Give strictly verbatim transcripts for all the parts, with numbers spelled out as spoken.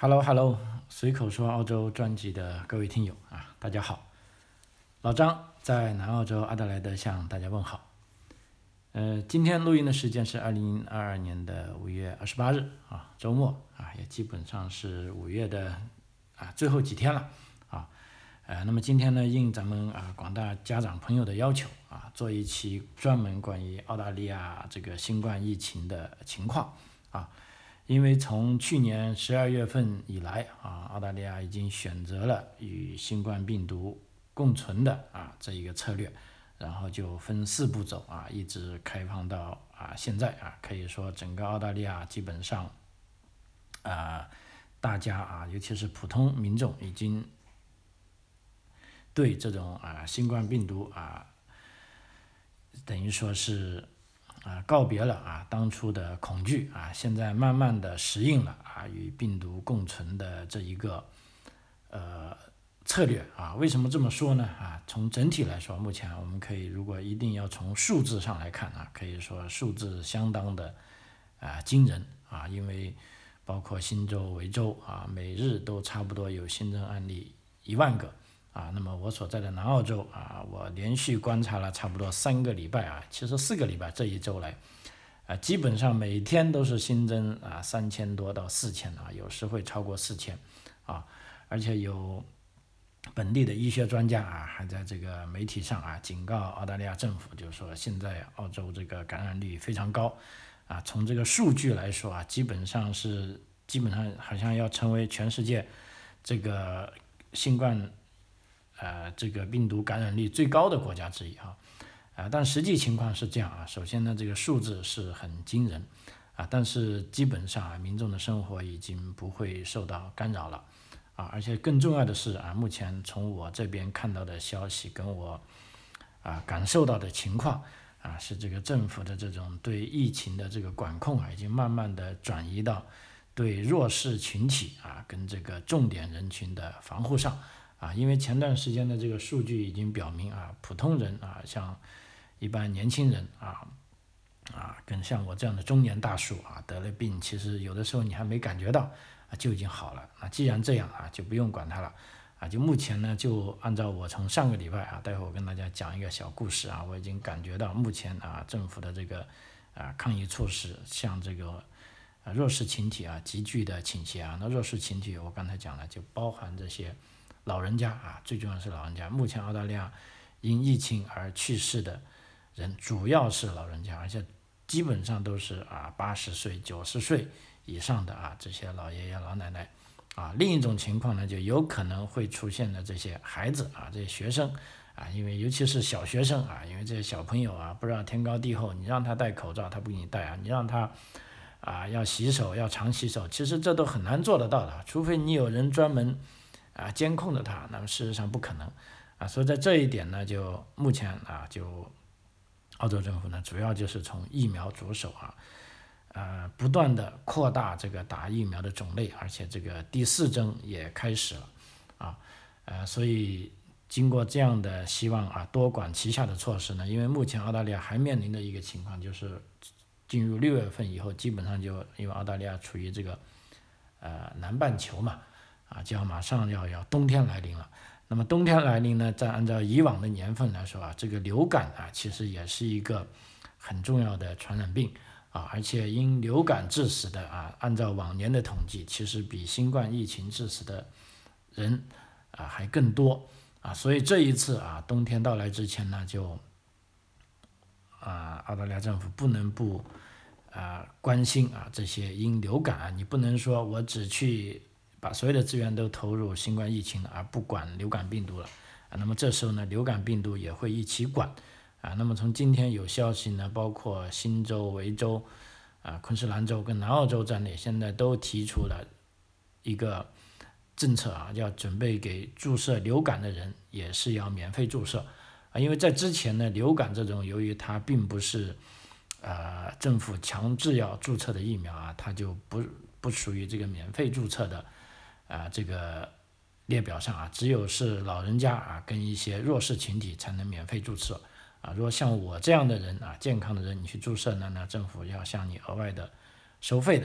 Hello Hello，随口说澳洲专辑的各位听友啊，大家好，老张在南澳洲阿德莱德向大家问好。呃，今天录音的时间是二零二二年的五月二十八日啊，周末啊，也基本上是五月的啊最后几天了啊。呃，那么今天呢，应咱们啊广大家长朋友的要求啊，做一期专门关于澳大利亚这个新冠疫情的情况啊。因为从去年十二月份以来啊，澳大利亚已经选择了与新冠病毒共存的啊这一个策略，然后就分四步走啊，一直开放到啊现在啊，可以说整个澳大利亚基本上啊大家啊，尤其是普通民众已经对这种啊新冠病毒啊等于说是啊，告别了啊当初的恐惧啊，现在慢慢的适应了啊与病毒共存的这一个呃策略啊。为什么这么说呢？啊，从整体来说，目前我们可以如果一定要从数字上来看啊，可以说数字相当的啊惊人啊，因为包括新州、维州啊，每日都差不多有新增案例一万个。啊，那么我所在的南澳洲啊，我连续观察了差不多三个礼拜啊，其实四个礼拜这一周来，啊，基本上每天都是新增啊三千多到四千啊，有时会超过四千啊，而且有本地的医学专家啊，还在这个媒体上啊警告澳大利亚政府，就是说现在澳洲这个感染率非常高啊，从这个数据来说啊，基本上是基本上好像要成为全世界这个新冠。呃，这个病毒感染率最高的国家之一啊，啊，但实际情况是这样啊。首先呢，这个数字是很惊人啊，但是基本上啊，民众的生活已经不会受到干扰了啊，而且更重要的是啊，目前从我这边看到的消息跟我啊感受到的情况啊，是这个政府的这种对疫情的这个管控啊，已经慢慢的转移到对弱势群体啊跟这个重点人群的防护上。啊，因为前段时间的这个数据已经表明啊，普通人啊，像一般年轻人啊，啊，跟像我这样的中年大叔啊，得了病，其实有的时候你还没感觉到啊，就已经好了。那既然这样啊，就不用管它了啊。就目前呢，就按照我从上个礼拜啊，待会儿我跟大家讲一个小故事啊，我已经感觉到目前啊，政府的这个啊抗疫措施向这个啊弱势群体啊急剧的倾斜啊。那弱势群体我刚才讲了，就包含这些。老人家啊，最重要是老人家。目前澳大利亚因疫情而去世的人主要是老人家，而且基本上都是啊八十岁、九十岁以上的啊这些老爷爷老奶奶啊。另一种情况呢，就有可能会出现的这些孩子啊，这些学生啊，因为尤其是小学生啊，因为这些小朋友啊，不知道天高地厚，你让他戴口罩，他不给你戴啊，你让他啊要洗手，要常洗手，其实这都很难做得到的，除非你有人专门。啊，监控着它，那么事实上不可能啊，所以在这一点呢，就目前啊，就澳洲政府呢，主要就是从疫苗着手啊，呃，不断的扩大这个打疫苗的种类，而且这个第四针也开始了啊，呃，所以经过这样的希望啊，多管齐下的措施呢，因为目前澳大利亚还面临的一个情况就是进入六月份以后，基本上就因为澳大利亚处于这个呃南半球嘛。啊，就要马上要要冬天来临了。那么冬天来临呢，再按照以往的年份来说啊，这个流感啊，其实也是一个很重要的传染病啊，而且因流感致死的啊，按照往年的统计，其实比新冠疫情致死的人啊还更多啊。所以这一次啊，冬天到来之前呢，就啊，澳大利亚政府不能不啊关心啊这些因流感啊，你不能说我只去。把所有的资源都投入新冠疫情了，而不管流感病毒了啊。那么这时候呢，流感病毒也会一起管啊。那么从今天有消息呢，包括新州、维州、啊昆士兰州跟南澳州在内，现在都提出了一个政策啊，要准备给注射流感的人也是要免费注射啊。因为在之前呢，流感这种由于它并不是呃政府强制要注册的疫苗啊，它就不不属于这个免费注册的。啊，这个列表上啊，只有是老人家啊跟一些弱势群体才能免费注册啊。如果像我这样的人啊，健康的人，你去注射呢，那政府要向你额外的收费的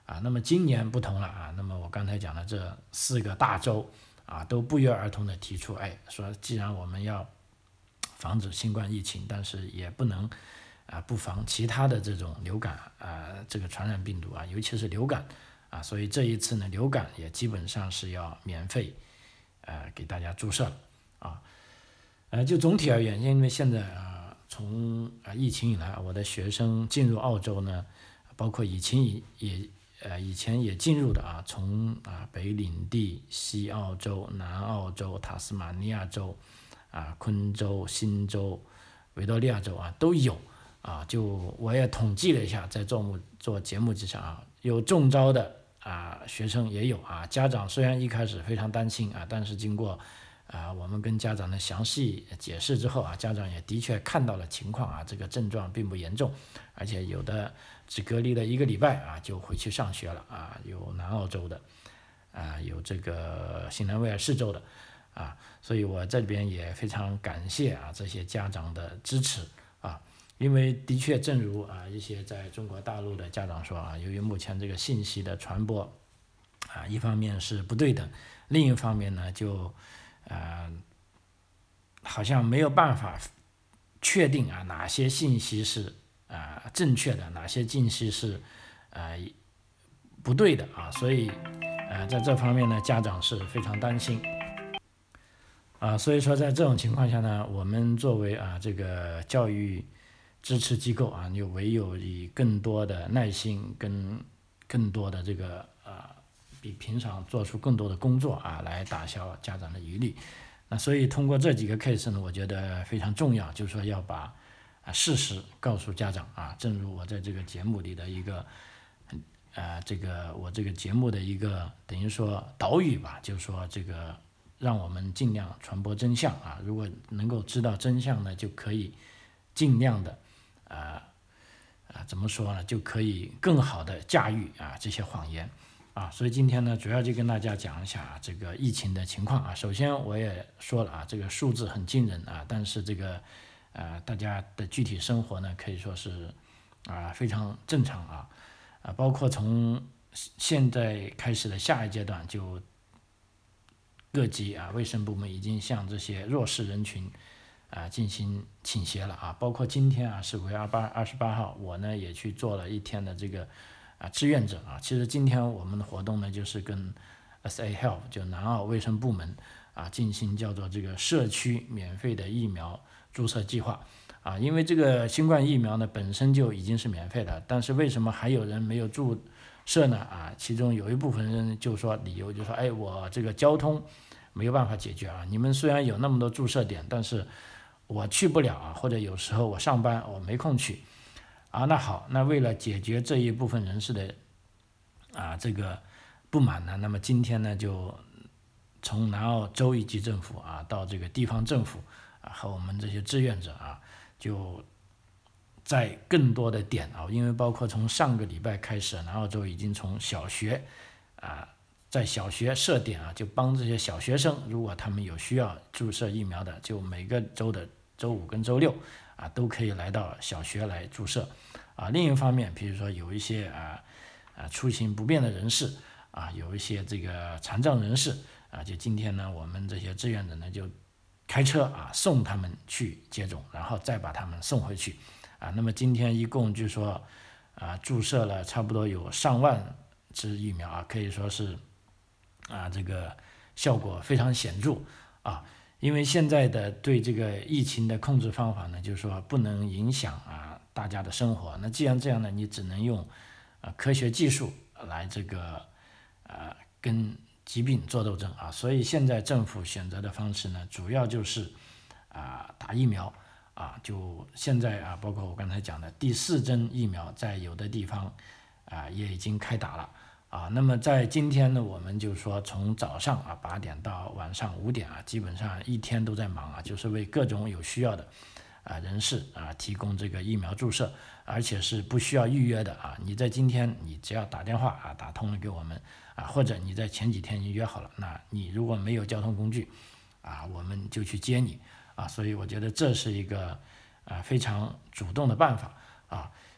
啊。那么今年不同了啊，那么我刚才讲的这四个大洲啊，都不约而同的提出，哎，说既然我们要防止新冠疫情，但是也不能啊不防其他的这种流感啊这个传染病毒啊，尤其是流感啊，所以这一次呢，流感也基本上是要免费呃给大家注射了啊。呃，就总体而言，因为现在啊，从啊疫情以来，我的学生进入澳洲呢，包括以前也也呃以前也进入的啊，从啊北领地、西澳洲、南澳洲、塔斯马尼亚州、啊昆州、新州、维多利亚州啊都有啊。就我也统计了一下，在做目做节目之上啊，有中招的啊学生也有啊。家长虽然一开始非常担心啊，但是经过啊，我们跟家长的详细解释之后啊，家长也的确看到了情况啊，这个症状并不严重，而且有的只隔离了一个礼拜啊，就回去上学了啊，有南澳洲的，啊，有这个新南威尔士州的啊，所以我这边也非常感谢啊这些家长的支持啊，因为的确正如啊一些在中国大陆的家长说啊，由于目前这个信息的传播啊，一方面是不对等，另一方面呢就呃，好像没有办法确定啊哪些信息是啊、呃、正确的，哪些信息是呃不对的啊，所以呃在这方面呢，家长是非常担心啊，所以说在这种情况下呢，我们作为啊这个教育支持机构啊，就唯有以更多的耐心跟更多的这个啊。比平常做出更多的工作啊，来打消家长的疑虑。那所以通过这几个 case 呢，我觉得非常重要，就是说要把啊事实告诉家长啊。正如我在这个节目里的一个呃这个我这个节目的一个等于说导语吧，就是说这个让我们尽量传播真相啊。如果能够知道真相呢，就可以尽量的啊啊怎么说呢，就可以更好的驾驭啊这些谎言。啊，所以今天呢，主要就跟大家讲一下这个疫情的情况啊。首先我也说了啊，这个数字很惊人啊，但是这个呃大家的具体生活呢，可以说是啊非常正常啊啊，包括从现在开始的下一阶段，就各级啊卫生部门已经向这些弱势人群啊进行倾斜了啊，包括今天啊是五月二八二十八号，我呢也去做了一天的这个。啊，志愿者啊，其实今天我们的活动呢，就是跟 S A Health 就南澳卫生部门啊进行叫做这个社区免费的疫苗注射计划啊，因为这个新冠疫苗呢本身就已经是免费的，但是为什么还有人没有注射呢？啊，其中有一部分人就说理由就说，哎，我这个交通没有办法解决啊，你们虽然有那么多注射点，但是我去不了啊，或者有时候我上班我没空去。啊，那好，那为了解决这一部分人士的啊这个不满呢，那么今天呢就从南澳州一级政府啊到这个地方政府啊和我们这些志愿者啊，就在更多的点啊，因为包括从上个礼拜开始，南澳州已经从小学啊在小学设点啊，就帮这些小学生，如果他们有需要注射疫苗的，就每个州的周五跟周六。啊，都可以来到小学来注射，啊，另一方面，比如说有一些啊啊出行不便的人士，啊，有一些这个残障人士，啊，就今天呢，我们这些志愿者呢就开车啊送他们去接种，然后再把他们送回去，啊，那么今天一共据说啊注射了差不多有上万支疫苗啊，可以说是啊这个效果非常显著啊。因为现在的对这个疫情的控制方法呢，就是说不能影响啊大家的生活。那既然这样呢，你只能用啊科学技术来这个呃跟疾病做斗争啊。所以现在政府选择的方式呢，主要就是啊打疫苗啊。就现在啊，包括我刚才讲的第四针疫苗，在有的地方啊也已经开打了。啊，那么在今天呢，我们就说从早上啊八点到晚上五点啊，基本上一天都在忙啊，就是为各种有需要的啊人士啊提供这个疫苗注射，而且是不需要预约的啊。你在今天你只要打电话啊打通了给我们啊，或者你在前几天已经约好了，那你如果没有交通工具啊，我们就去接你啊。所以我觉得这是一个啊非常主动的办法啊。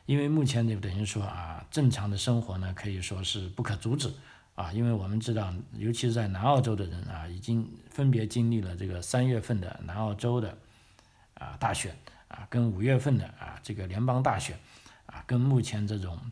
因为目前就等于说啊，正常的生活呢可以说是不可阻止啊，因为我们知道，尤其是在南澳洲的人啊，已经分别经历了这个三月份的南澳洲的啊大选啊，跟五月份的啊这个联邦大选啊，跟目前这种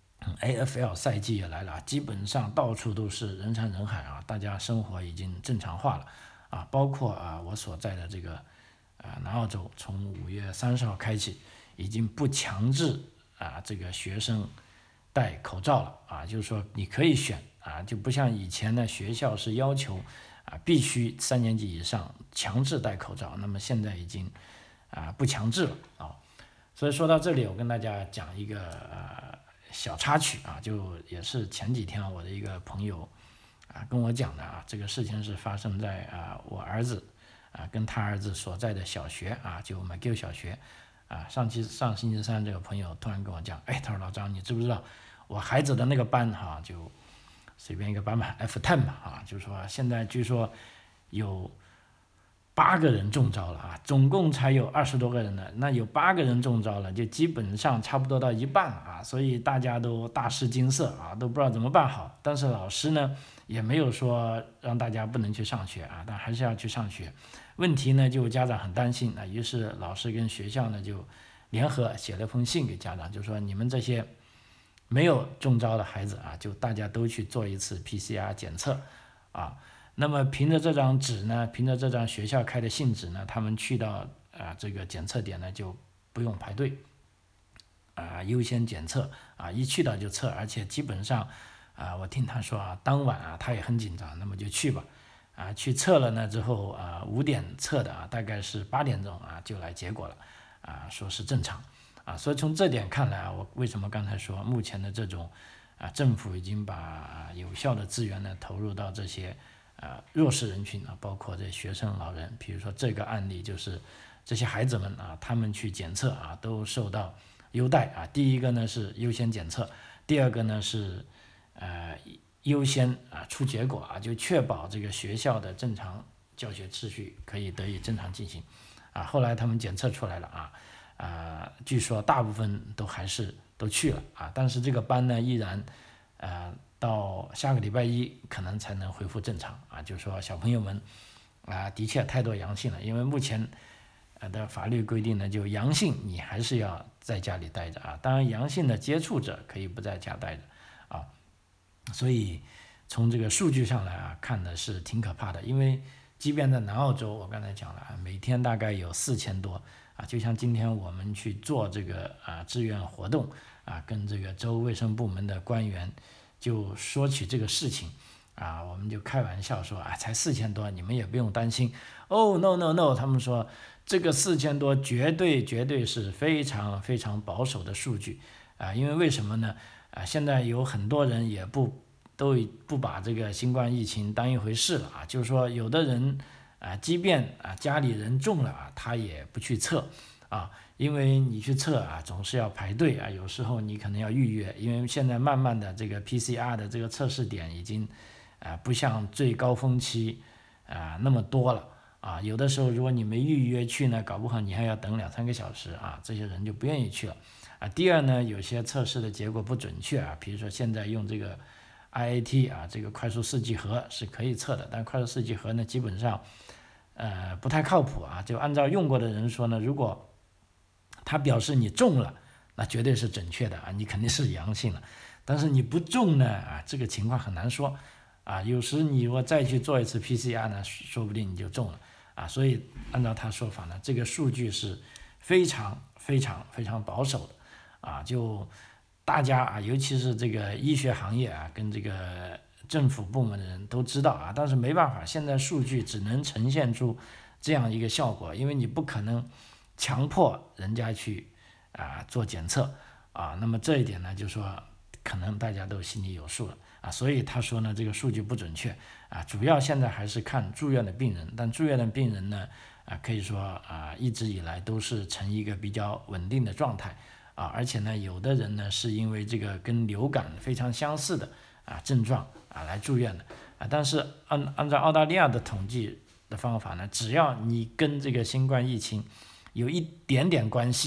A F L 赛季也来了，基本上到处都是人山人海啊，大家生活已经正常化了啊，包括啊我所在的这个啊南澳洲，从五月三十号开启，已经不强制啊这个学生戴口罩了啊，就是说你可以选啊，就不像以前呢学校是要求啊必须三年级以上强制戴口罩，那么现在已经啊不强制了啊。所以说到这里，我跟大家讲一个呃小插曲啊，就也是前几天我的一个朋友啊跟我讲的啊，这个事情是发生在啊我儿子啊跟他儿子所在的小学啊，就 McGill 小学啊。上期上星期三，这个朋友突然跟我讲，哎，他说老张，你知不知道我孩子的那个班哈、啊，就随便一个班吧 F 十 吧啊，就是说现在据说有八个人中招了啊，总共才有二十多个人呢，那有八个人中招了，就基本上差不多到一半了啊，所以大家都大失惊色啊，都不知道怎么办好。但是老师呢也没有说让大家不能去上学啊，但还是要去上学。问题呢就家长很担心啊，于是老师跟学校呢就联合写了封信给家长，就说你们这些没有中招的孩子啊，就大家都去做一次 P C R 检测啊。那么凭着这张纸呢，凭着这张学校开的信纸呢，他们去到啊这个检测点呢就不用排队啊，优先检测啊，一去到就测，而且基本上啊，我听他说啊，当晚啊他也很紧张，那么就去吧啊，去测了呢之后啊，五点测的啊，大概是八点钟啊就来结果了啊，说是正常啊，所以从这点看来啊，我为什么刚才说目前的这种啊政府已经把有效的资源呢投入到这些。啊，弱势人群啊，包括这学生、老人，比如说这个案例就是这些孩子们啊，他们去检测啊，都受到优待啊。第一个呢是优先检测，第二个呢是呃优先啊出结果啊，就确保这个学校的正常教学秩序可以得以正常进行啊。后来他们检测出来了啊啊，据说大部分都还是都去了啊，但是这个班呢依然呃。到下个礼拜一可能才能恢复正常啊，就是说小朋友们啊，的确太多阳性了，因为目前呃的法律规定呢，就阳性你还是要在家里待着啊，当然阳性的接触者可以不在家待着啊，所以从这个数据上来啊，看的是挺可怕的，因为即便在南澳洲，我刚才讲了，每天大概有四千多啊，就像今天我们去做这个啊志愿活动啊，跟这个州卫生部门的官员。就说起这个事情啊，我们就开玩笑说啊，才四千多，你们也不用担心。哦 no no no，他们说这个四千多绝对绝对是非常非常保守的数据啊，因为为什么呢？啊，现在有很多人也不都不把这个新冠疫情当一回事了啊，就是说有的人啊，即便啊家里人中了啊，他也不去测啊。因为你去测啊，总是要排队啊，有时候你可能要预约，因为现在慢慢的这个 P C R 的这个测试点已经啊不像最高峰期啊那么多了啊，有的时候如果你没预约去呢，搞不好你还要等两三个小时啊，这些人就不愿意去了啊。第二呢，有些测试的结果不准确啊，比如说现在用这个 I A T 啊，这个快速试剂盒是可以测的，但快速试剂盒呢基本上呃不太靠谱啊，就按照用过的人说呢，如果他表示你中了，那绝对是准确的啊，你肯定是阳性了。但是你不中呢啊，这个情况很难说啊。有时你如果再去做一次 P C R 呢，说不定你就中了啊。所以按照他说法呢，这个数据是非常非常非常保守的啊。就大家啊，尤其是这个医学行业啊，跟这个政府部门的人都知道啊，但是没办法，现在数据只能呈现出这样一个效果，因为你不可能。强迫人家去啊做检测啊，那么这一点呢，就说可能大家都心里有数了啊，所以他说呢，这个数据不准确啊，主要现在还是看住院的病人，但住院的病人呢啊，可以说啊一直以来都是呈一个比较稳定的状态啊，而且呢，有的人呢是因为这个跟流感非常相似的啊症状啊来住院的啊，但是按按照澳大利亚的统计的方法呢，只要你跟这个新冠疫情有一点点关系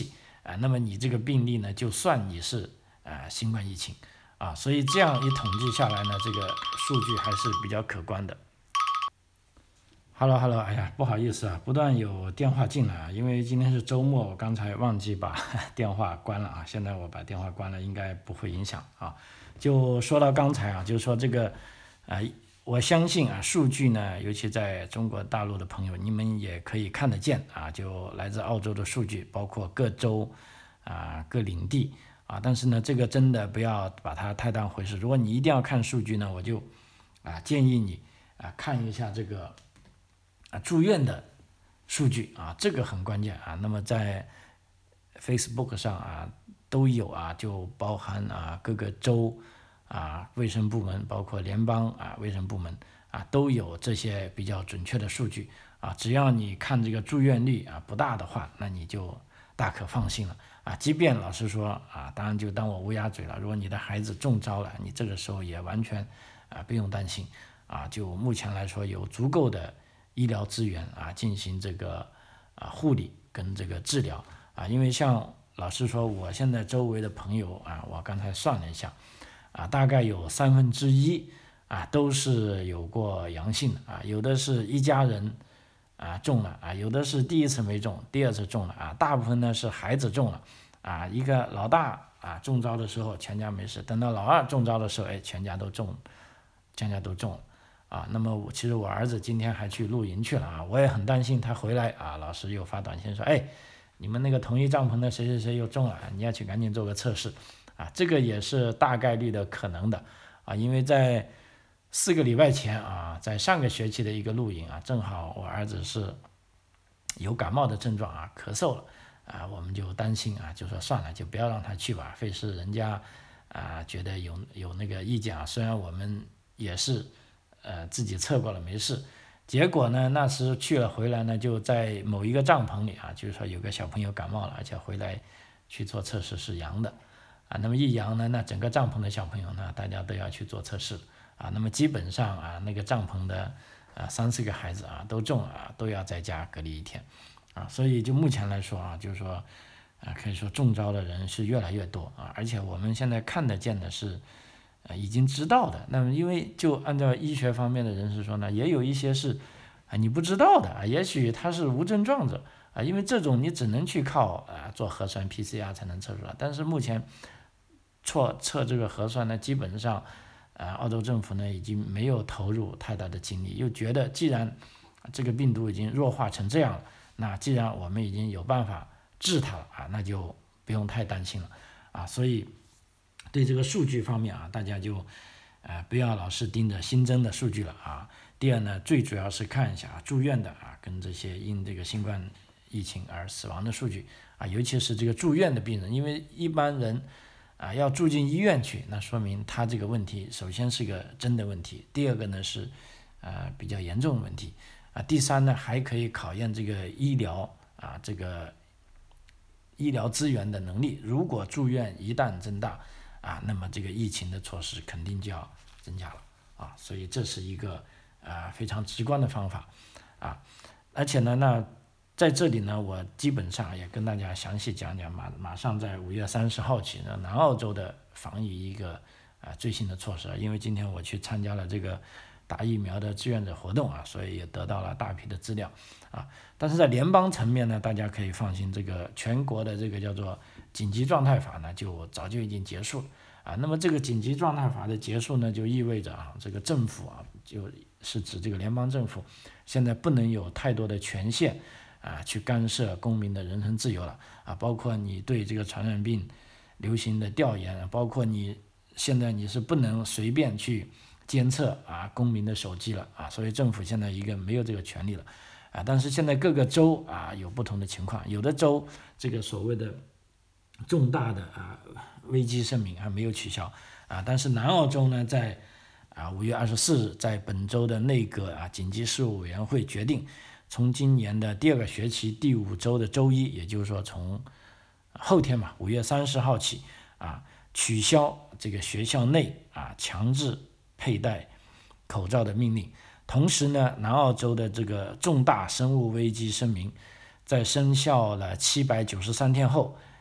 啊，那么你这个病例呢，就算你是啊新冠疫情啊，所以这样一统计下来呢，这个数据还是比较可观的。Hello Hello， 哎呀，不好意思啊，不断有电话进来啊，因为今天是周末，我刚才忘记把电话关了啊，现在我把电话关了，应该不会影响啊。就说到刚才啊，就是说这个啊、呃，我相信啊，数据呢，尤其在中国大陆的朋友，你们也可以看得见啊，就来自澳洲的数据，包括各州啊、各领地啊，但是呢，这个真的不要把它太当回事。如果你一定要看数据呢，我就啊建议你啊看一下这个。啊，住院的数据啊，这个很关键啊。那么在 Facebook 上啊都有啊，就包含啊各个州啊卫生部门，包括联邦啊卫生部门啊都有这些比较准确的数据啊。只要你看这个住院率啊不大的话，那你就大可放心了啊。即便老师说啊，当然就当我乌鸦嘴了。如果你的孩子中招了，你这个时候也完全啊不用担心啊。就目前来说，有足够的医疗资源啊，进行这个啊护理跟这个治疗啊，因为像老师说，我现在周围的朋友啊，我刚才算了一下啊，大概有三分之一啊都是有过阳性的啊，有的是一家人啊中了啊，有的是第一次没中，第二次中了啊，大部分呢是孩子中了啊，一个老大啊中招的时候全家没事，等到老二中招的时候，哎，全家都中，全家都中了。啊，那么我其实我儿子今天还去露营去了啊，我也很担心他回来啊，老师又发短信说，哎，你们那个同一帐篷的谁谁谁又中了，你要去赶紧做个测试啊，这个也是大概率的可能的啊，因为在四个礼拜前啊，在上个学期的一个露营啊，正好我儿子是有感冒的症状啊，咳嗽了啊，我们就担心啊，就说算了，就不要让他去吧，费事人家啊觉得有有那个意见啊，虽然我们也是。呃，自己测过了没事，结果呢，那时去了回来呢，就在某一个帐篷里啊，就是说有个小朋友感冒了，而且回来去做测试是阳的，啊，那么一阳呢，那整个帐篷的小朋友呢，大家都要去做测试啊，那么基本上啊，那个帐篷的啊三四个孩子啊都中了啊，都要在家隔离一天，啊，所以就目前来说啊，就是说啊，可以说中招的人是越来越多啊，而且我们现在看得见的是。啊，已经知道的，那么因为就按照医学方面的人士说呢，也有一些是啊你不知道的啊，也许他是无症状者啊，因为这种你只能去靠啊做核酸 P C R 才能测出来，但是目前测测这个核酸呢，基本上啊澳洲政府呢已经没有投入太大的精力，又觉得既然这个病毒已经弱化成这样了，那既然我们已经有办法治它了啊，那就不用太担心了啊，所以。对这个数据方面啊，大家就，呃，不要老是盯着新增的数据了啊。第二呢，最主要是看一下啊住院的啊，跟这些因这个新冠疫情而死亡的数据啊，尤其是这个住院的病人，因为一般人啊要住进医院去，那说明他这个问题首先是个真的问题，第二个呢是呃比较严重的问题啊，第三呢还可以考验这个医疗啊这个医疗资源的能力，如果住院一旦增大。啊，那么这个疫情的措施肯定就要增加了啊，所以这是一个啊非常直观的方法啊，而且呢，那在这里呢，我基本上也跟大家详细讲讲马马上在五月三十号起呢，南澳洲的防疫一个啊最新的措施，因为今天我去参加了这个打疫苗的志愿者活动啊，所以也得到了大批的资料啊，但是在联邦层面呢，大家可以放心，这个全国的这个叫做紧急状态法呢，就早就已经结束了啊。那么这个紧急状态法的结束呢，就意味着啊，这个政府啊，就是指这个联邦政府，现在不能有太多的权限啊，去干涉公民的人身自由了啊。包括你对这个传染病流行的调研，包括你现在你是不能随便去监测啊公民的手机了啊。所以政府现在一个没有这个权利了啊。但是现在各个州啊有不同的情况，有的州这个所谓的重大的啊危机声明还没有取消啊，但是南澳洲呢，在啊五月二十四日，在本周的内阁啊紧急事务委员会决定，从今年的第二个学期第五周的周一，也就是说从后天嘛，五月三十号起啊，取消这个学校内啊强制佩戴口罩的命令。同时呢，南澳洲的这个重大生物危机声明，在生效了七百九十三天后。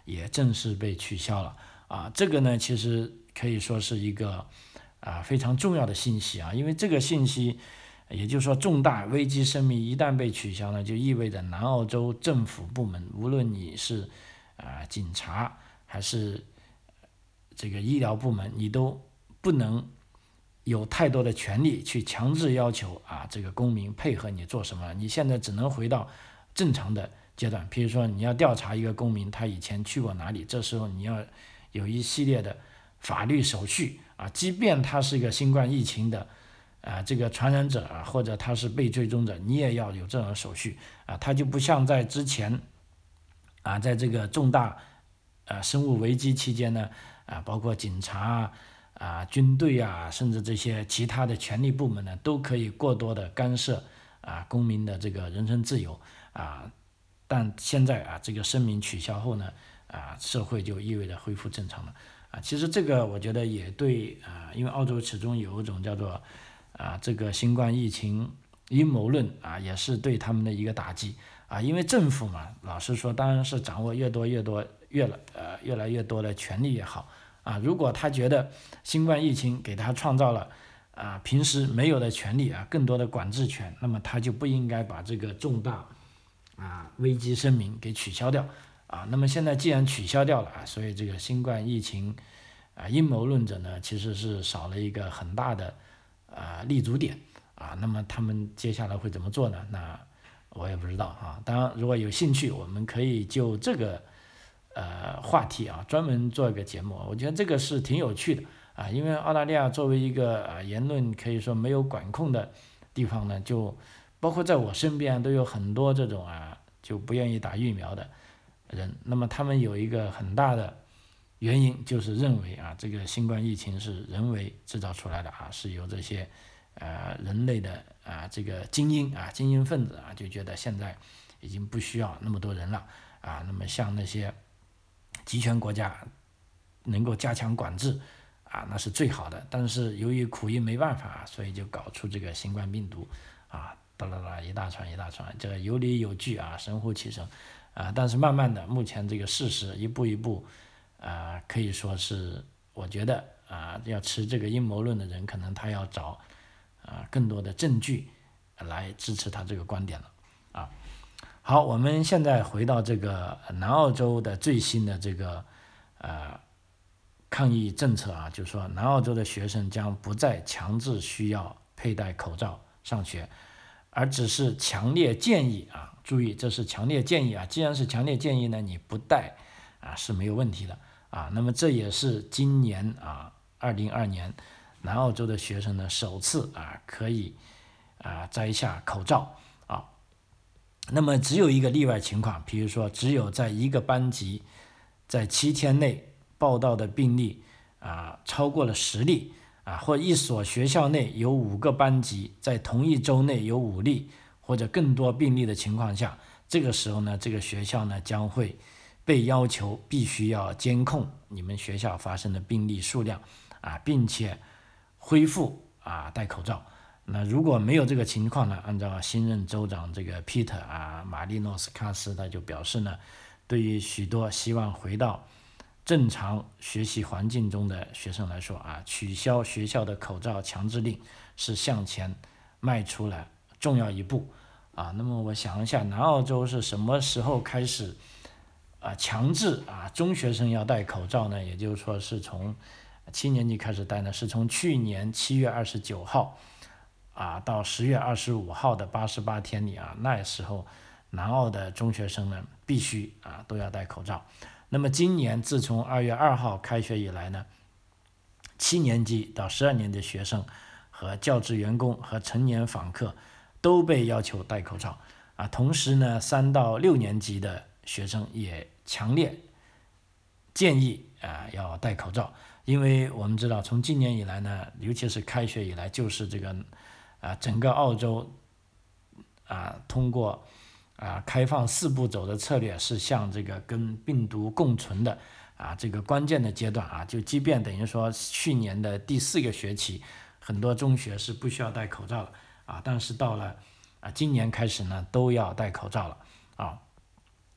也正式被取消了啊。这个呢，其实可以说是一个啊非常重要的信息啊，因为这个信息，也就是说重大危机声明一旦被取消呢，就意味着南澳洲政府部门，无论你是啊警察还是这个医疗部门，你都不能有太多的权利去强制要求啊这个公民配合你做什么。你现在只能回到正常的阶段，比如说你要调查一个公民他以前去过哪里，这时候你要有一系列的法律手续啊，即便他是一个新冠疫情的啊这个传染者啊，或者他是被追踪者，你也要有这种手续啊。他就不像在之前啊，在这个重大呃生物危机期间呢啊，包括警察啊。啊，军队啊，甚至这些其他的权力部门呢，都可以过多的干涉啊公民的这个人身自由啊。但现在啊，这个声明取消后呢，啊，社会就意味着恢复正常了啊。其实这个我觉得也对啊，因为澳洲始终有一种叫做啊这个新冠疫情阴谋论啊，也是对他们的一个打击啊。因为政府嘛，老实说，当然是掌握越多越多越了呃越来越多的权利也好。啊，如果他觉得新冠疫情给他创造了啊平时没有的权利啊，更多的管制权，那么他就不应该把这个重大啊危机声明给取消掉啊。那么现在既然取消掉了啊，所以这个新冠疫情啊阴谋论者呢，其实是少了一个很大的啊立足点啊。那么他们接下来会怎么做呢？那我也不知道啊。当然，如果有兴趣，我们可以就这个。呃，话题啊，专门做一个节目，我觉得这个是挺有趣的啊，因为澳大利亚作为一个啊言论可以说没有管控的地方呢，就包括在我身边都有很多这种啊就不愿意打疫苗的人，那么他们有一个很大的原因就是认为啊这个新冠疫情是人为制造出来的啊，是由这些呃人类的啊这个精英啊精英分子啊就觉得现在已经不需要那么多人了啊，那么像那些集权国家能够加强管制啊，那是最好的。但是由于苦于没办法，所以就搞出这个新冠病毒啊，哒啦啦一大串一大串，这个有理有据啊，神乎其神啊。但是慢慢的，目前这个事实一步一步啊，可以说是我觉得啊，要持这个阴谋论的人，可能他要找啊更多的证据来支持他这个观点了啊。好，我们现在回到这个南澳洲的最新的这个呃抗疫政策啊，就是说南澳洲的学生将不再强制需要佩戴口罩上学，而只是强烈建议啊，注意这是强烈建议啊，既然是强烈建议呢，你不戴啊是没有问题的啊。那么这也是今年啊二零二年南澳洲的学生呢首次啊可以啊摘下口罩。那么只有一个例外情况，比如说只有在一个班级在七天内报道的病例啊超过了十例啊，或一所学校内有五个班级在同一周内有五例或者更多病例的情况下，这个时候呢，这个学校呢将会被要求必须要监控你们学校发生的病例数量啊，并且恢复啊戴口罩。那如果没有这个情况呢？按照新任州长这个 Peter 啊马利诺斯卡斯，他就表示呢，对于许多希望回到正常学习环境中的学生来说啊，取消学校的口罩强制令是向前迈出了重要一步啊。那么我想一下，南澳洲是什么时候开始啊强制啊中学生要戴口罩呢？也就是说是从七年级开始戴呢？是从去年七月二十九号。啊，到十月二十五号的八十八天里啊，那时候南澳的中学生呢必须啊都要戴口罩。那么今年自从二月二号开学以来呢，七年级到十二年级的学生和教职员工和成年访客都被要求戴口罩啊。同时呢，三到六年级的学生也强烈建议啊要戴口罩，因为我们知道从今年以来呢，尤其是开学以来，就是这个。啊，整个澳洲啊，通过啊开放四步走的策略，是向这个跟病毒共存的啊这个关键的阶段啊。就即便等于说去年的第四个学期，很多中学是不需要戴口罩了啊，但是到了啊今年开始呢，都要戴口罩了啊。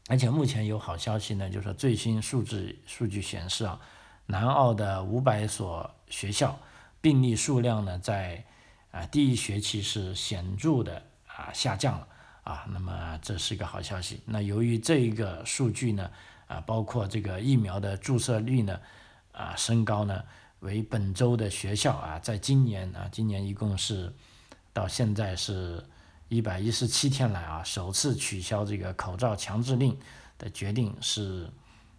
而且目前有好消息呢，就是说最新数字数据显示啊，南澳的五百所学校病例数量呢，在啊第一学期是显著的啊下降了啊，那么这是一个好消息。那由于这一个数据呢，啊包括这个疫苗的注射率呢，啊升高呢，为本州的学校啊，在今年啊，今年一共是到现在是一百一十七天来啊，首次取消这个口罩强制令的决定是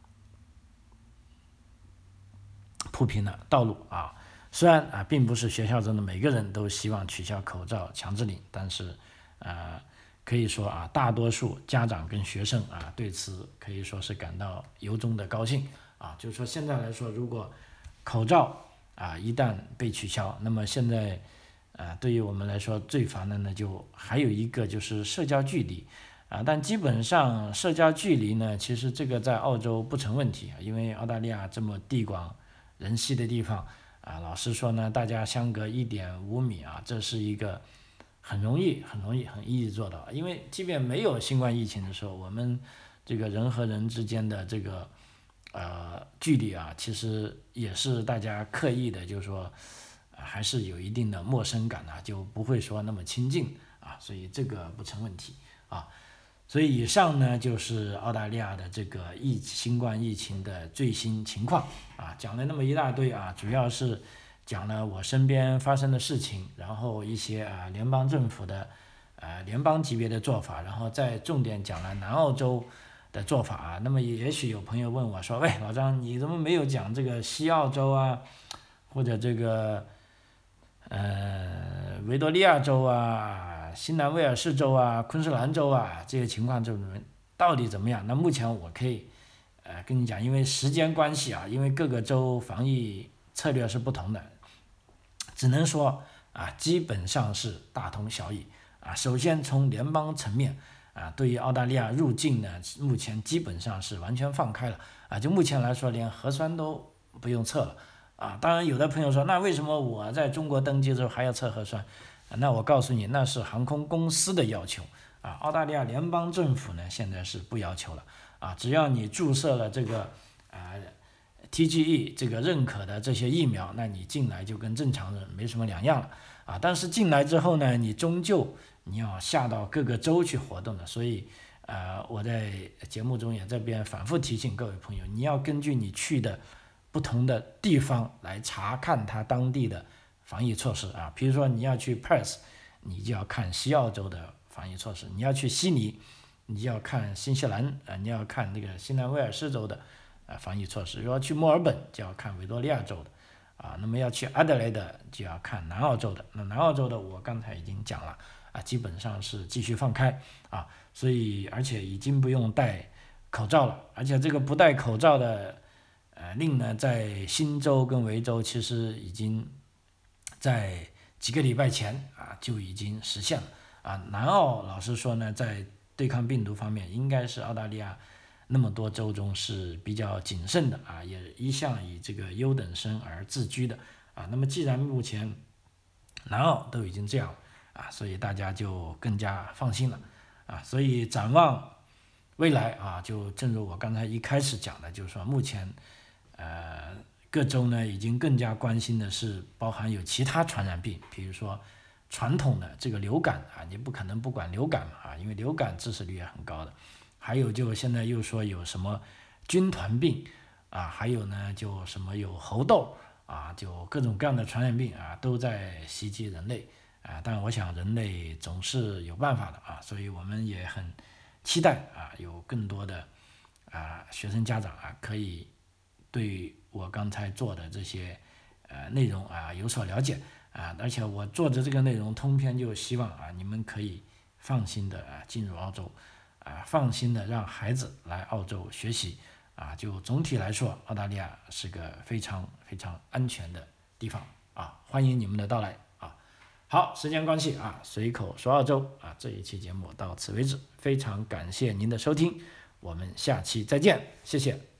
铺平了道路啊。虽然啊，并不是学校中的每个人都希望取消口罩强制令，但是呃，可以说啊，大多数家长跟学生啊，对此可以说是感到由衷的高兴啊。就是说现在来说，如果口罩啊一旦被取消，那么现在啊，对于我们来说最烦的呢，就还有一个就是社交距离啊。但基本上社交距离呢，其实这个在澳洲不成问题，因为澳大利亚这么地广人稀的地方啊，老实说呢，大家相隔一点五米啊，这是一个很容易、很容易、很易做到。因为即便没有新冠疫情的时候，我们这个人和人之间的这个呃距离啊，其实也是大家刻意的，就是说。还是有一定的陌生感啊，就不会说那么亲近啊，所以这个不成问题啊。所以以上呢就是澳大利亚的这个疫新冠疫情的最新情况啊，讲了那么一大堆啊，主要是讲了我身边发生的事情，然后一些啊联邦政府的呃联邦级别的做法，然后再重点讲了南澳洲的做法啊。那么也许有朋友问我说，喂，老张，你怎么没有讲这个西澳洲啊，或者这个呃，维多利亚州啊，新南威尔士州啊，昆士兰州啊，这些情况这到底怎么样？那目前我可以呃跟你讲，因为时间关系啊，因为各个州防疫策略是不同的，只能说啊，基本上是大同小异啊。首先从联邦层面啊，对于澳大利亚入境呢，目前基本上是完全放开了啊，就目前来说，连核酸都不用测了。啊，当然有的朋友说，那为什么我在中国登记的时候还要测核酸？啊、那我告诉你，那是航空公司的要求啊。澳大利亚联邦政府呢，现在是不要求了啊，只要你注射了这个啊 T G E 这个认可的这些疫苗，那你进来就跟正常人没什么两样了啊。但是进来之后呢，你终究你要下到各个州去活动的，所以呃，我在节目中也这边反复提醒各位朋友，你要根据你去的不同的地方来查看它当地的防疫措施啊，比如说你要去 Perth， 你就要看西澳洲的防疫措施；你要去悉尼，你就要看新西兰啊，你要看那个新南威尔士州的啊防疫措施；如果要去墨尔本，就要看维多利亚州的啊，那么要去阿德莱德就要看南澳洲的。那南澳洲的我刚才已经讲了啊，基本上是继续放开啊，所以而且已经不用戴口罩了，而且这个不戴口罩的。呃，令呢，在新州跟维州其实已经在几个礼拜前啊就已经实现了啊。南澳老实说呢，在对抗病毒方面，应该是澳大利亚那么多州中是比较谨慎的啊，也一向以这个优等生而自居的啊。那么既然目前南澳都已经这样啊，所以大家就更加放心了啊。所以展望未来啊，就正如我刚才一开始讲的，就是说目前。呃，各州呢已经更加关心的是包含有其他传染病，比如说传统的这个流感啊，你不可能不管流感嘛啊，因为流感致死率也很高的。还有就现在又说有什么军团病啊，还有呢就什么有猴痘啊，就各种各样的传染病啊都在袭击人类啊。但我想人类总是有办法的啊，所以我们也很期待啊有更多的啊学生家长啊可以。对我刚才做的这些呃内容啊有所了解啊，而且我做的这个内容通篇就希望啊你们可以放心的啊进入澳洲啊，放心的让孩子来澳洲学习啊，就总体来说，澳大利亚是个非常非常安全的地方啊，欢迎你们的到来啊。好，时间关系啊，随口说澳洲啊，这一期节目到此为止，非常感谢您的收听，我们下期再见，谢谢。